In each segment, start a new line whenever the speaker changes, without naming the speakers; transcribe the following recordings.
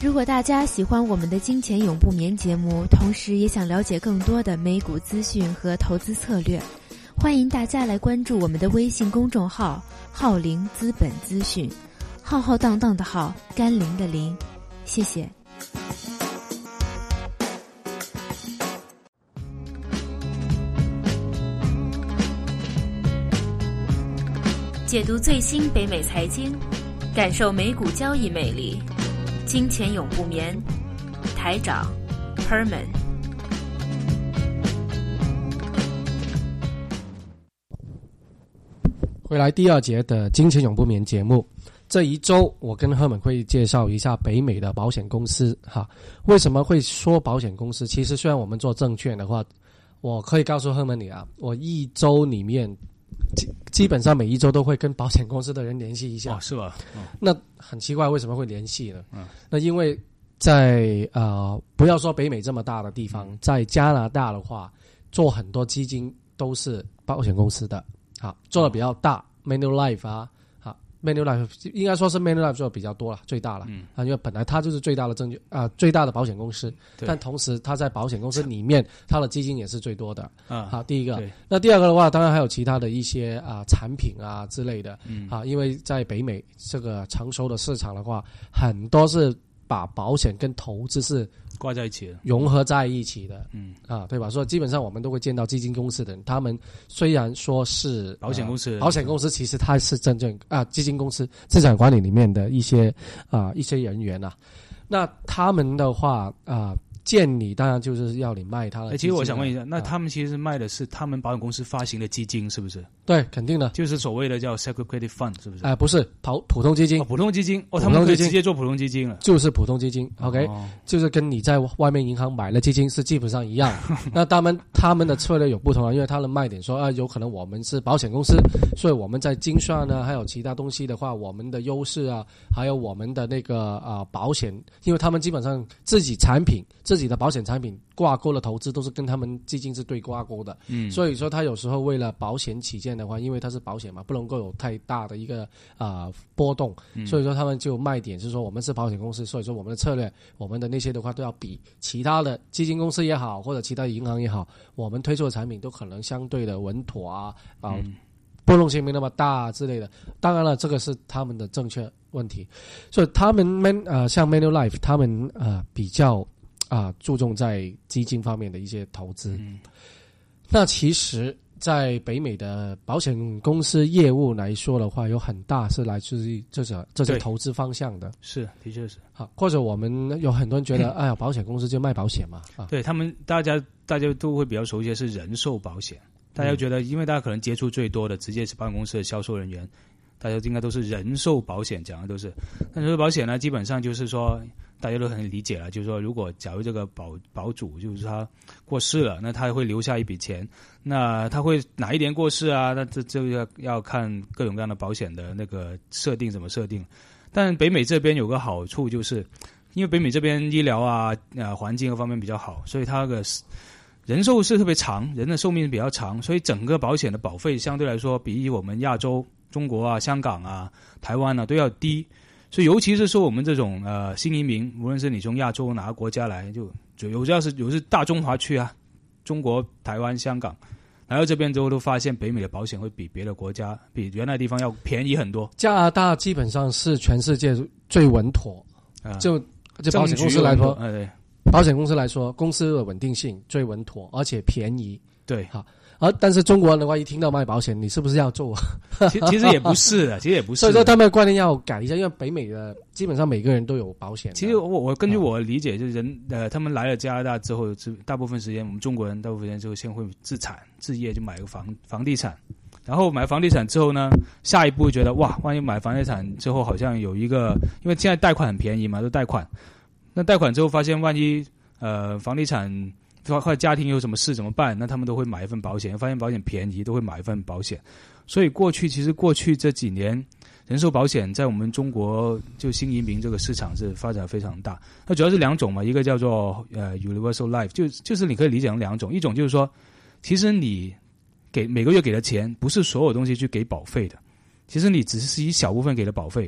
如果大家喜欢我们的金钱永不眠节目，同时也想了解更多的美股资讯和投资策略，欢迎大家来关注我们的微信公众号浩林资本资讯，浩浩荡荡的浩，甘霖的霖，谢谢。解读最新北美财经，感受美股交易魅力，金钱永不眠，台长 Herman。
回来第二节的金钱永不眠节目，这一周我跟Herman会介绍一下北美的保险公司哈。为什么会说保险公司？其实虽然我们做证券的话，我可以告诉Herman你啊，我一周里面基本上每一周都会跟保险公司的人联系一下。
哦，是吧？
那很奇怪，为什么会联系呢？那因为在不要说北美这么大的地方，在加拿大的话，做很多基金都是保险公司的，好，做的比较大，Manulife 啊，Manulife 应该说是 Manulife 做的比较多了，最大了，因为本来它就是最大的证券最大的保险公司，但同时它在保险公司里面，它的基金也是最多的好，第一个。那第二个的话，当然还有其他的一些产品啊之类的，因为在北美这个成熟的市场的话，很多是把保险跟投资是
挂在一起的，
融合在一起的，对吧？所以基本上我们都会见到基金公司的人，他们虽然说是
保险公司，
保险公司其实它是真正基金公司资产管理里面的一些人员啊。那他们的话见你当然就是要你卖他的基金。
其实我想问一下，那他们其实卖的是他们保险公司发行的基金，是不是？
对，肯定的，
就是所谓的叫 Segregated Fund， 是不是？
不是普通基金。
普通基金他们可以直接做普通基金了，
就是普通基金。OK，就是跟你在外面银行买的基金是基本上一样。那他们的策略有不同啊，因为他的卖点说有可能我们是保险公司，所以我们在精算呢，还有其他东西的话，我们的优势啊，还有我们的那个保险，因为他们基本上自己的保险产品挂钩的投资都是跟他们基金是对挂钩的，所以说他有时候为了保险起见的话，因为它是保险嘛，不能够有太大的一个波动，所以说他们就卖点是说我们是保险公司，所以说我们的策略，我们的那些的话都要比其他的基金公司也好，或者其他银行也好，我们推出的产品都可能相对的稳妥波动性没那么大之类的。当然了，这个是他们的正确问题，所以他们像 Manulife 他们比较注重在基金方面的一些投资。那其实在北美的保险公司业务来说的话，有很大是来自于这些投资方向的。是，的确是。好，或者我们有很多人觉得哎呀，保险公司就卖保险嘛。
对，他们大家都会比较熟悉的是人寿保险，大家觉得因为大家可能接触最多的直接是保险公司的销售人员，大家应该都是人寿保险讲的都是。那人寿保险呢，基本上就是说大家都很理解了，就是说如果假如这个保主就是他过世了，那他会留下一笔钱，那他会哪一年过世啊，那这要看各种各样的保险的那个设定怎么设定。但北美这边有个好处，就是因为北美这边医疗环境各方面比较好，所以它那个人寿是特别长，人的寿命比较长，所以整个保险的保费相对来说比我们亚洲中国香港台湾都要低。所以尤其是说我们这种新移民，无论是你从亚洲哪个国家来，就有是大中华区中国、台湾、香港来到这边之后，都发现北美的保险会比别的国家、比原来的地方要便宜很多。
加拿大基本上是全世界最稳妥，就保险公司来说，
对，
保险公司来说，公司的稳定性最稳妥，而且便宜。
对，
好。但是中国人的话，一听到卖保险，你是不是要做？
其实也不是的，其实也不是。
所以说他们的观念要改一下，因为北美的基本上每个人都有保险。
其实我根据我的理解，就是他们来了加拿大之后，大部分时间我们中国人大部分时间就先会置业，就买个房地产。然后买房地产之后呢，下一步觉得哇，万一买房地产之后好像有一个，因为现在贷款很便宜嘛，都贷款。那贷款之后发现，万一房地产或者家庭有什么事怎么办？那他们都会买一份保险，发现保险便宜，都会买一份保险。所以过去这几年，人寿保险在我们中国就新移民这个市场是发展非常大。那主要是两种嘛，一个叫做Universal Life， 就是你可以理解成两种，一种就是说，其实你每个月给的钱不是所有东西去给保费的，其实你只是一小部分给的保费。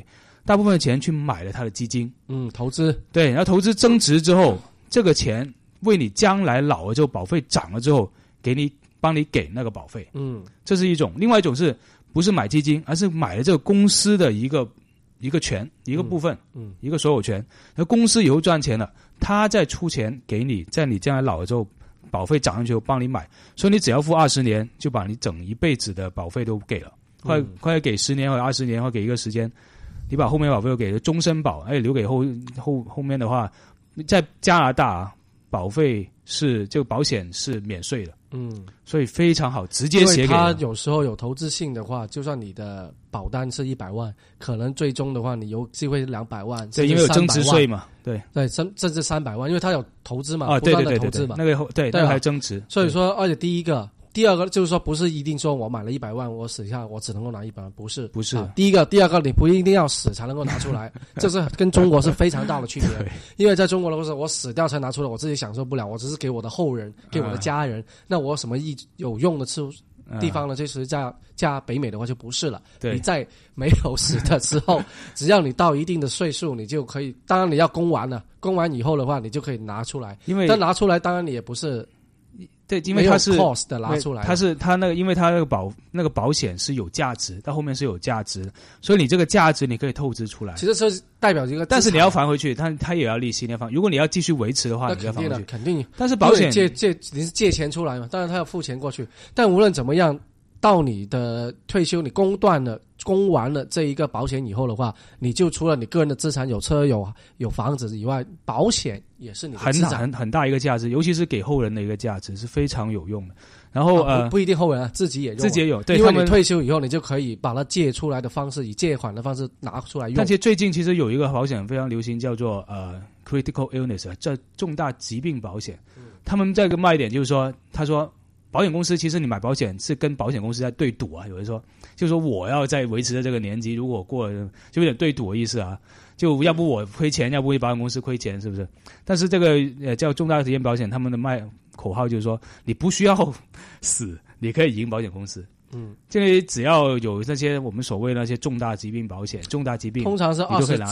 大部分的钱去买了他的基金，
投资，
对，然后投资增值之后，这个钱为你将来老了之后保费涨了之后，帮你给那个保费，这是一种。另外一种是不是买基金，而是买了这个公司的一个权，一个部分，一个所有权。那公司以后赚钱了，他再出钱给你，在你将来老了之后，保费涨上去后帮你买，所以你只要付20年，就把你整一辈子的保费都给了，或者给10年或者20年，或者给一个时间，你把后面保费都给了，终身保，留给后面的话，在加拿大保费这个保险是免税的，所以非常好，直接写给他。
有时候有投资性的话，就算你的保单是100万，可能最终的话你有机会是200万，
对，因为有增值税嘛，对，
甚至300万，因为他有投资嘛，
对，
投资嘛，
那个对，那个还增值。
所以说，而且第二个就是说，不是一定说我买了100万，我死下我只能够拿100万，不是。第二个你不一定要死才能够拿出来，这是跟中国是非常大的区别。因为在中国的话，我死掉才拿出来，我自己享受不了，我只是给我的后人，给我的家人，那我有什么有用的地方呢？就是在北美的话就不是了。你在没有死的时候，只要你到一定的岁数，你就可以。当然你要供完了，供完以后的话，你就可以拿出来。但拿出来，当然你也不是。
对，因为它是
cost 的拿出来，
因为它那个保险是有价值，到后面是有价值，所以你这个价值你可以透支出来。
其实是代表一个，
但是你要还回去，它也要利息，你要还。如果你要继续维持的话，你要还回去，
肯定。
但是保险
你是借钱出来嘛，当然他要付钱过去。但无论怎么样，到你的退休，你供完了这一个保险以后的话，你就除了你个人的资产有车有房子以外，保险也是你的资产，
很大一个价值，尤其是给后人的一个价值是非常有用的。然后
不一定后人自己也用，
自己也有，对，
因为你退休以后，你就可以把它借出来的方式，以借款的方式拿出来用。
但其实最近其实有一个保险非常流行，叫做critical illness， 这重大疾病保险。他们这个卖点就是说，他说。保险公司其实你买保险是跟保险公司在对赌啊，有人说就是说我要在维持的这个年纪，如果过了就有点对赌的意思啊，就要不我亏钱，要不保险公司亏钱，是不是？但是这个叫重大疾病保险，他们的卖口号就是说你不需要死，你可以赢保险公司。这里只要有那些我们所谓的那些重大疾病保险，重大疾病
通常是
24、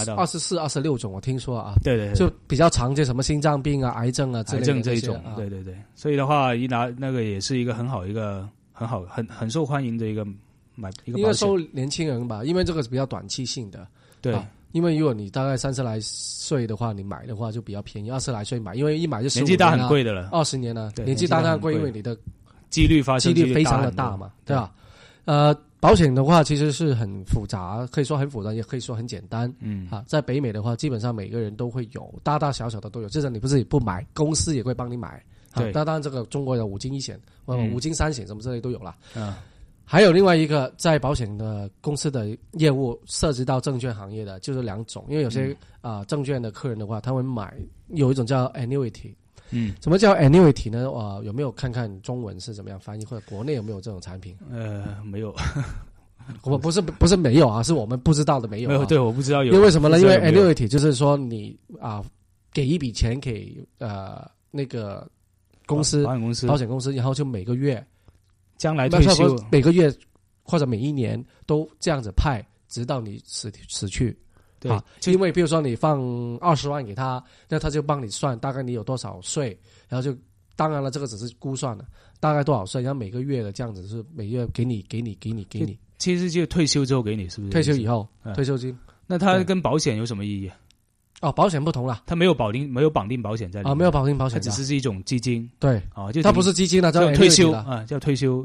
26种，我听说啊，
对，
就比较常见，什么心脏病啊、癌症啊之类的
这一种，对，所以的话一拿那个也是一个很受欢迎的一个保险，
应该收年轻人吧，因为这个是比较短期性的，
对。
因为如果你大概30来岁的话，你买的话就比较便宜，20来岁买，因为一买就15年
年纪大很贵的了
，20年了，年纪大当然贵，因为你的
几率
非常的大嘛，对吧？保险的话其实是很复杂，可以说很复杂，也可以说很简单。在北美的话，基本上每个人都会有，大大小小的都有。就是你不是不买，公司也会帮你买。对，当然这个中国有5金1险、5金3险什么之类都有了。还有另外一个在保险的公司的业务涉及到证券行业的，就是2种，因为有些证券的客人的话，他们买有一种叫 annuity。什么叫 annuity 呢？有没有看看中文是怎么样翻译，或者国内有没有这种产品？
没有。
我不是没有啊，是我们不知道的没有。
对，我不知道有。
因为什么呢？因为 annuity 就是说你给一笔钱给那个保险公司，然后就每个月
将来退休，
每个月或者每一年都这样子派，直到你死去。
对，
因为比如说你放20万给他，那他就帮你算大概你有多少税，然后就当然了，这个只是估算了，大概多少税，然后每个月的这样子是每月给你。
其实就退休之后给你，是不是？
退休以后，退休金。
那它跟保险有什么意义？
保险不同了，
它没有绑定保险在里面
没有绑定保险，
它只是一种基金。
对，
就
它不是基金了，
叫退休叫退休。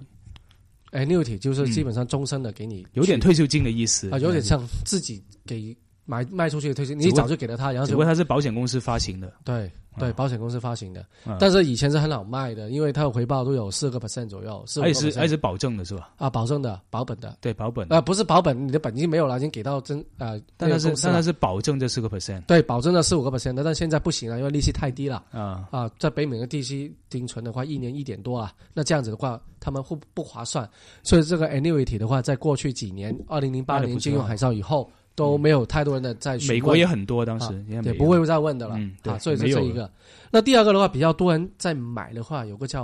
annuity 就是基本上终身的给你，
有点退休金的意思
有点像自己给卖出去的退休金，你早就给了他，然后
只不过它是保险公司发行的。
对，保险公司发行的，但是以前是很好卖的，因为它的回报都有4% 左右，4-5%。
还是保证的是吧？
保证的，保本的。
对，保本。
不是保本，你的本金没有了，已经给到
但它是保证这4%。
对，保证的4-5%的，但现在不行了，因为利息太低了。在北美的地区定存的话，1年1.多啊，那这样子的话，他们不划算，所以这个 annuity 的话，在过去几年，2008年金融海啸以后。都没有太多人的在询问，
美国也很多，当时
也不会再问的了。所以这是一个。那第二个的话，比较多人在买的话，有个叫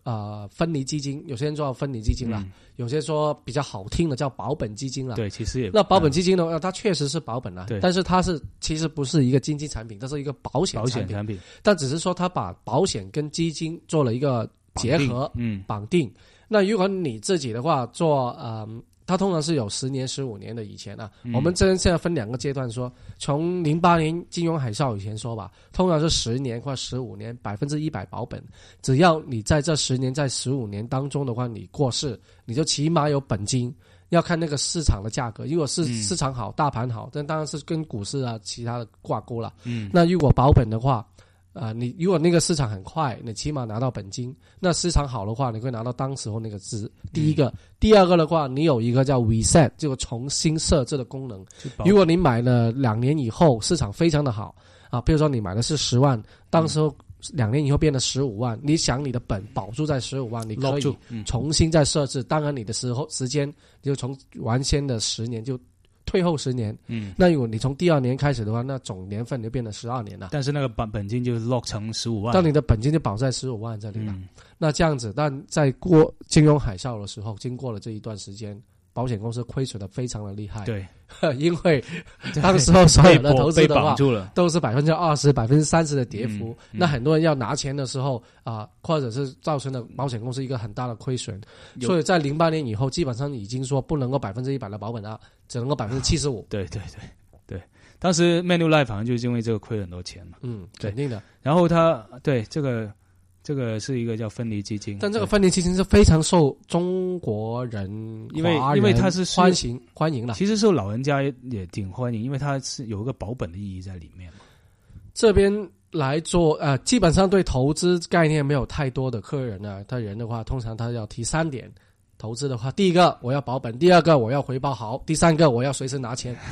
分离基金，有些人做分离基金啦，有些说比较好听的叫保本基金啦。
对，其实也
那保本基金的话，它确实是保本啦，但是它其实不是一个经济产品，它是一个保险产品，但只是说它把保险跟基金做了一个结合，绑定。那如果你自己的话做它通常是有10年、15年的以前啊。我们现在分2个阶段说，从08年金融海啸以前说吧，通常是10年或15年100%保本。只要你在这10年、在15年当中的话，你过世，你就起码有本金。要看那个市场的价格，如果是市场好、大盘好，但当然是跟股市啊其他的挂钩了。那如果保本的话，你如果那个市场很快，你起码拿到本金。那市场好的话，你会拿到当时候那个值。第一个，第二个的话，你有一个叫 reset， 这个重新设置的功能。如果你买了2年以后，市场非常的好啊，比如说你买的是10万，当时候2年以后变成15万，你想你的本保住在15万，你可以重新再设置。当然你的时间就从原先的10年就退后10年，那如果你从第2年开始的话，那总年份就变成12年了。
但是那个本金就 lock 成15万，
但你的本金就保在15万这里了。那这样子，但在过金融海啸的时候，经过了这一段时间，保险公司亏损的非常的厉害。
对，
因为当时候所有的投资的话，都是20%、30%的跌幅。那很多人要拿钱的时候或者是造成了保险公司一个很大的亏损。所以在08年以后，基本上已经说不能够100%的保本了，只能够75%。
对，当时 Manulife 好像就是因为这个亏了很多钱嘛。
肯定的。
然后他对这个是一个叫分离基金，
但这个分离基金是非常受中国人、
因为它是
欢迎的。
其实受老人家也挺欢迎，因为它是有一个保本的意义在里面嘛。
这边来做基本上对投资概念没有太多的客人啊，他人的话，通常他要提3点。投资的话，第一个我要保本，第二个我要回报好，第三个我要随时拿钱。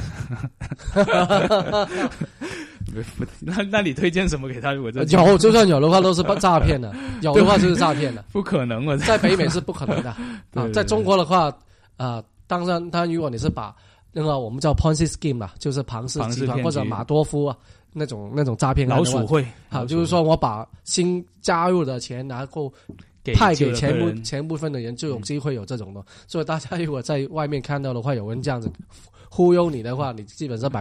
那你推荐什么给他？如果
有，就算有的话都是诈骗的，有的话就是诈骗的，
不可能嘛，
在北美是不可能的。在中国的话，当然，如果你是把那个我们叫 Ponzi scheme 啦，就是庞氏集团或者马多夫那种诈骗
老鼠会，
好，就是说我把新加入的钱然后派给前部分的人，就有机会有这种的。所以大家如果在外面看到的话，有人这样子忽悠你的话，你基本上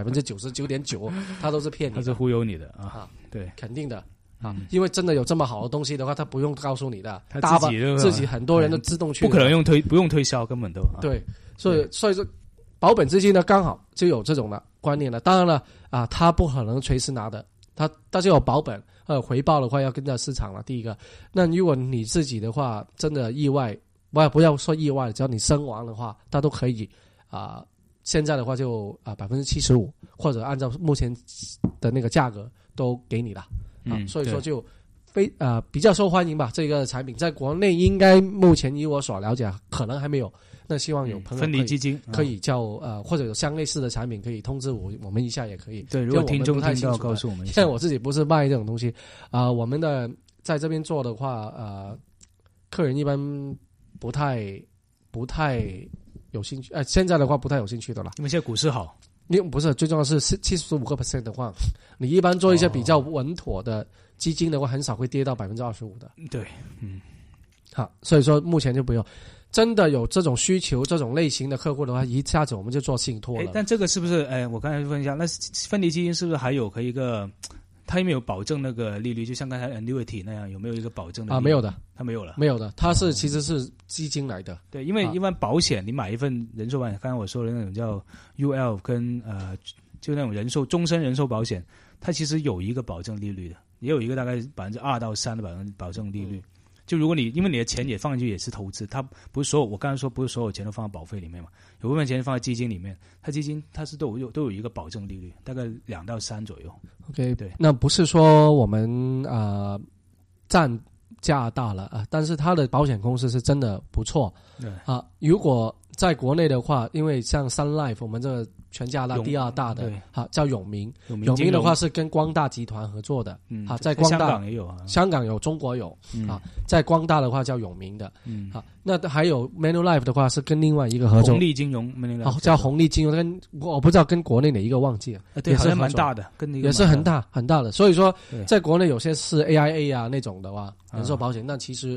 99.9%他都是骗你的，
他是忽悠你的对，
肯定的因为真的有这么好的东西的话，他不用告诉你的，
他
自己很多人都自动去，
不可能不用推销，根本都
对。所以说保本基金呢，刚好就有这种的观念了。当然了他不可能随时拿的，他就有保本。回报的话要跟着市场了。第一个，那如果你自己的话，真的意外，不要说意外，只要你身亡的话，它都可以现在的话就75%，或者按照目前的那个价格都给你了所以说就比较受欢迎吧。这个产品在国内应该目前以我所了解，可能还没有。那希望有朋友
分离基金
可以叫或者有相类似的产品可以通知我们一下也可以。
对，如果听众听到告诉我们一下。
现在我自己不是卖这种东西我们的在这边做的话客人一般不太有兴趣现在的话不太有兴趣的了，
因为现在股市好。
不是，最重要是75% 的话，你一般做一些比较稳妥的基金的话，很少会跌到25%的。
对，
好，所以说目前就不用。真的有这种需求、这种类型的客户的话，一下子我们就做信托了。
但这个是不是？我刚才问一下，那分离基金是不是还有一个？它有没有保证那个利率？就像刚才 annuity 那样，有没有一个保证的利率？
没有的，
它没有了。
没有的，它其实是基金来的。
对，因为一般保险，你买一份人寿保险，刚才我说的那种叫 UL 跟就那种终身人寿保险，它其实有一个保证利率的，也有一个大概2%到3%的保证利率。就如果因为你的钱也放进去也是投资，它不是我刚才说不是所有钱都放在保费里面嘛，有部分钱放在基金里面，基金它是都有一个保证利率，大概2到3左右。
OK， 对，那不是说我们占价大了但是它的保险公司是真的不错如果在国内的话，因为像 Sun Life 我们这个全加拿大第2大的叫永明的话是跟光大集团合作的在光大
香港也有
香港有，中国有在光大的话叫永明的那还有 Manulife 的话是跟另外一个合作，
红利金融
叫红利金融，跟我不知道跟国内哪一个忘记了
对，好像蛮大的，
也是很大很大的。所以说在国内有些是 AIA 那种的话人寿保险，但其实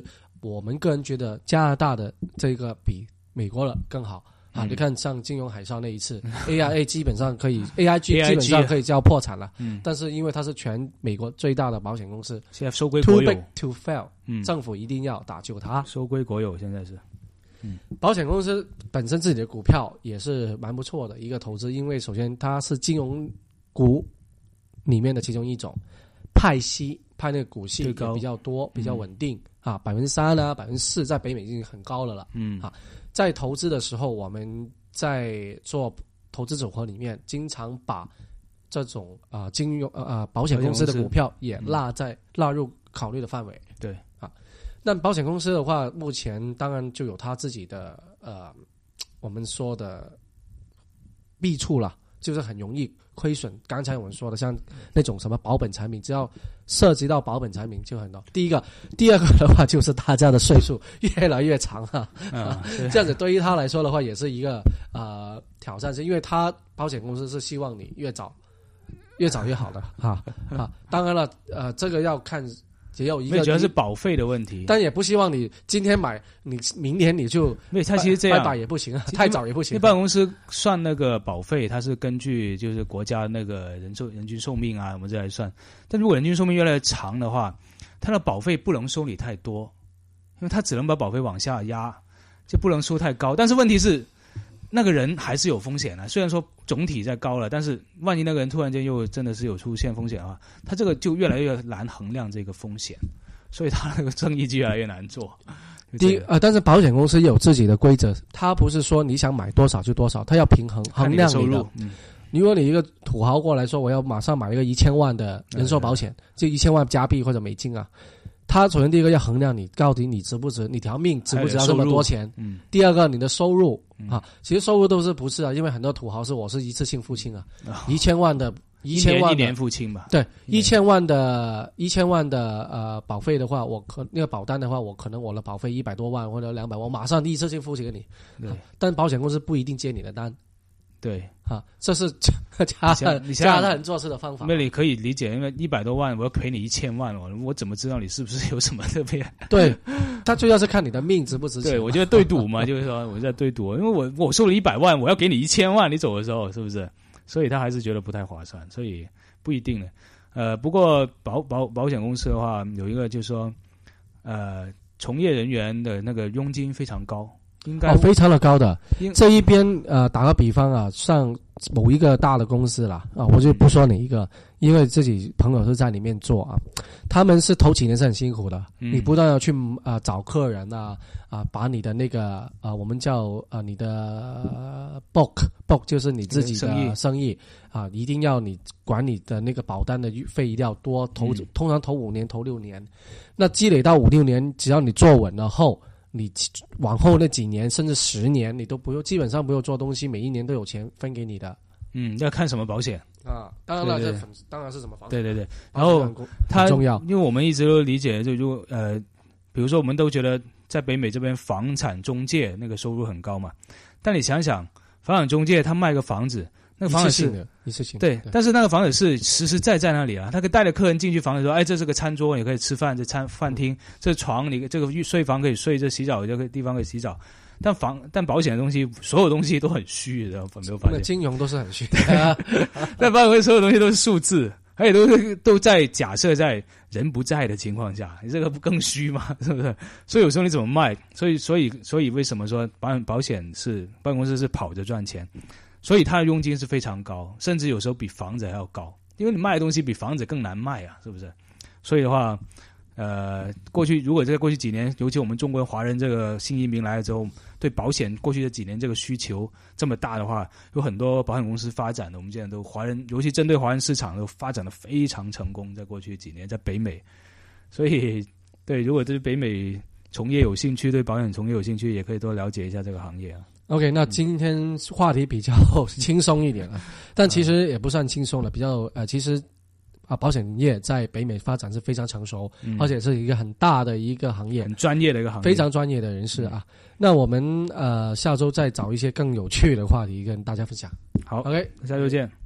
我们个人觉得加拿大的这个比美国的更好啊！你看像金融海啸那一次，AIA 基本上可以，AIG 基本上可以叫破产了。但是因为它是全美国最大的保险公司，
现在收归国有
，too big to fail，政府一定要打救它，
收归国有。现在是，
保险公司本身自己的股票也是蛮不错的一个投资，因为首先它是金融股里面的其中一种，派那个股息也比较多，比较稳定啊，3%啊，4%在北美已经很高了啊。在投资的时候，我们在做投资组合里面，经常把这种金融保险公司的股票也纳入考虑的范围。
对
啊，那保险公司的话，目前当然就有它自己的我们说的弊处了，就是很容易亏损。刚才我们说的，像那种什么保本产品，只要涉及到保本产品就很多。第二个的话，就是大家的岁数越来越长这样子对于他来说的话，也是一个挑战，是因为他保险公司是希望你越早越好的当然了，这个要看。只有一个，
主要是保费的问题，
但也不希望你今天买，你明年你就，
它其实这样
拜拜也不行啊，太早也不行。
那保险公司算那个保费，它是根据就是国家那个人均寿命啊，我们这来算。但如果人均寿命越来越长的话，它的保费不能收你太多，因为它只能把保费往下压，就不能收太高。但是问题是，那个人还是有风险的，虽然说总体在高了，但是万一那个人突然间又真的是有出现风险的话，他这个就越来越难衡量这个风险，所以他那个生意就越来越难做。
但是保险公司也有自己的规则，他不是说你想买多少就多少，他要衡量你的收入。如果你一个土豪过来说我要马上买一个1000万的人寿保险，就1000万加币或者美金啊。他首先第一个要衡量你到底你值不值，你条命值不值要这么多钱。第二个你的收入其实收入都是不是啊，因为很多土豪我是一次性付清啊，1000万的
一年付清吧。
对，1000万的保费的话，那个保单的话，我可能我的保费100多万或者200万，我马上一次性付清给你。但保险公司不一定接你的单。
对
这是加大人做事的方法。
那你可以理解，因为100多万我要赔你1000万我怎么知道你是不是有什么特别？
对，他主要是看你的命值不值钱。
对，我觉得对赌嘛，就是说我在对赌，因为我收了100万，我要给你1000万，你走的时候是不是？所以他还是觉得不太划算，所以不一定的。不过保险公司的话，有一个就是说，从业人员的那个佣金非常高。应该
非常的高的。这一边打个比方啊，像某一个大的公司啦我就不说哪一个，因为自己朋友是在里面做啊，他们是头几年是很辛苦的，你不但要去找客人把你的那个我们叫你的 book 就是你自己的生意一定要你管你的那个保单的费一定要多，通常头5年头6年，那积累到5-6年，只要你做稳了后，你往后那几年甚至10年，你都不用，基本上不用做东西，每一年都有钱分给你的。
要看什么保险
当然了，当然是什么保险。
对，然后它
重要，
因为我们一直都理解，就比如说我们都觉得在北美这边房产中介那个收入很高嘛，但你想想，房产中介他卖个房子。那个房子是
一次性的，
对，但是那个房子是实实在在那里啊。他可以带着客人进去房子说：“哎，这是个餐桌，你可以吃饭；这饭厅，这床，你这个睡房可以睡，这洗澡这个地方可以洗澡。”但保险的东西，所有东西都很虚的，有没有发现？
金融都是很虚的，
但保险所有东西都是数字，而且都在假设在人不在的情况下，你这个不更虚吗？是不是？所以有时候你怎么卖？所以为什么说保险公司是跑着赚钱？所以它的佣金是非常高，甚至有时候比房子还要高，因为你卖的东西比房子更难卖啊，是不是？所以的话，如果在过去几年，尤其我们中国华人这个新移民来了之后，对保险过去的几年这个需求这么大的话，有很多保险公司发展的，我们现在都尤其针对华人市场都发展的非常成功，在过去几年在北美，所以对，如果对北美从业有兴趣，对保险从业有兴趣，也可以多了解一下这个行业啊。
OK， 那今天话题比较轻松一点但其实也不算轻松了，比较其实保险业在北美发展是非常成熟，而且是一个很大的一个行业，
很专业的一个行业，
非常专业的人士那我们下周再找一些更有趣的话题跟大家分享。
好
，OK，
下周见。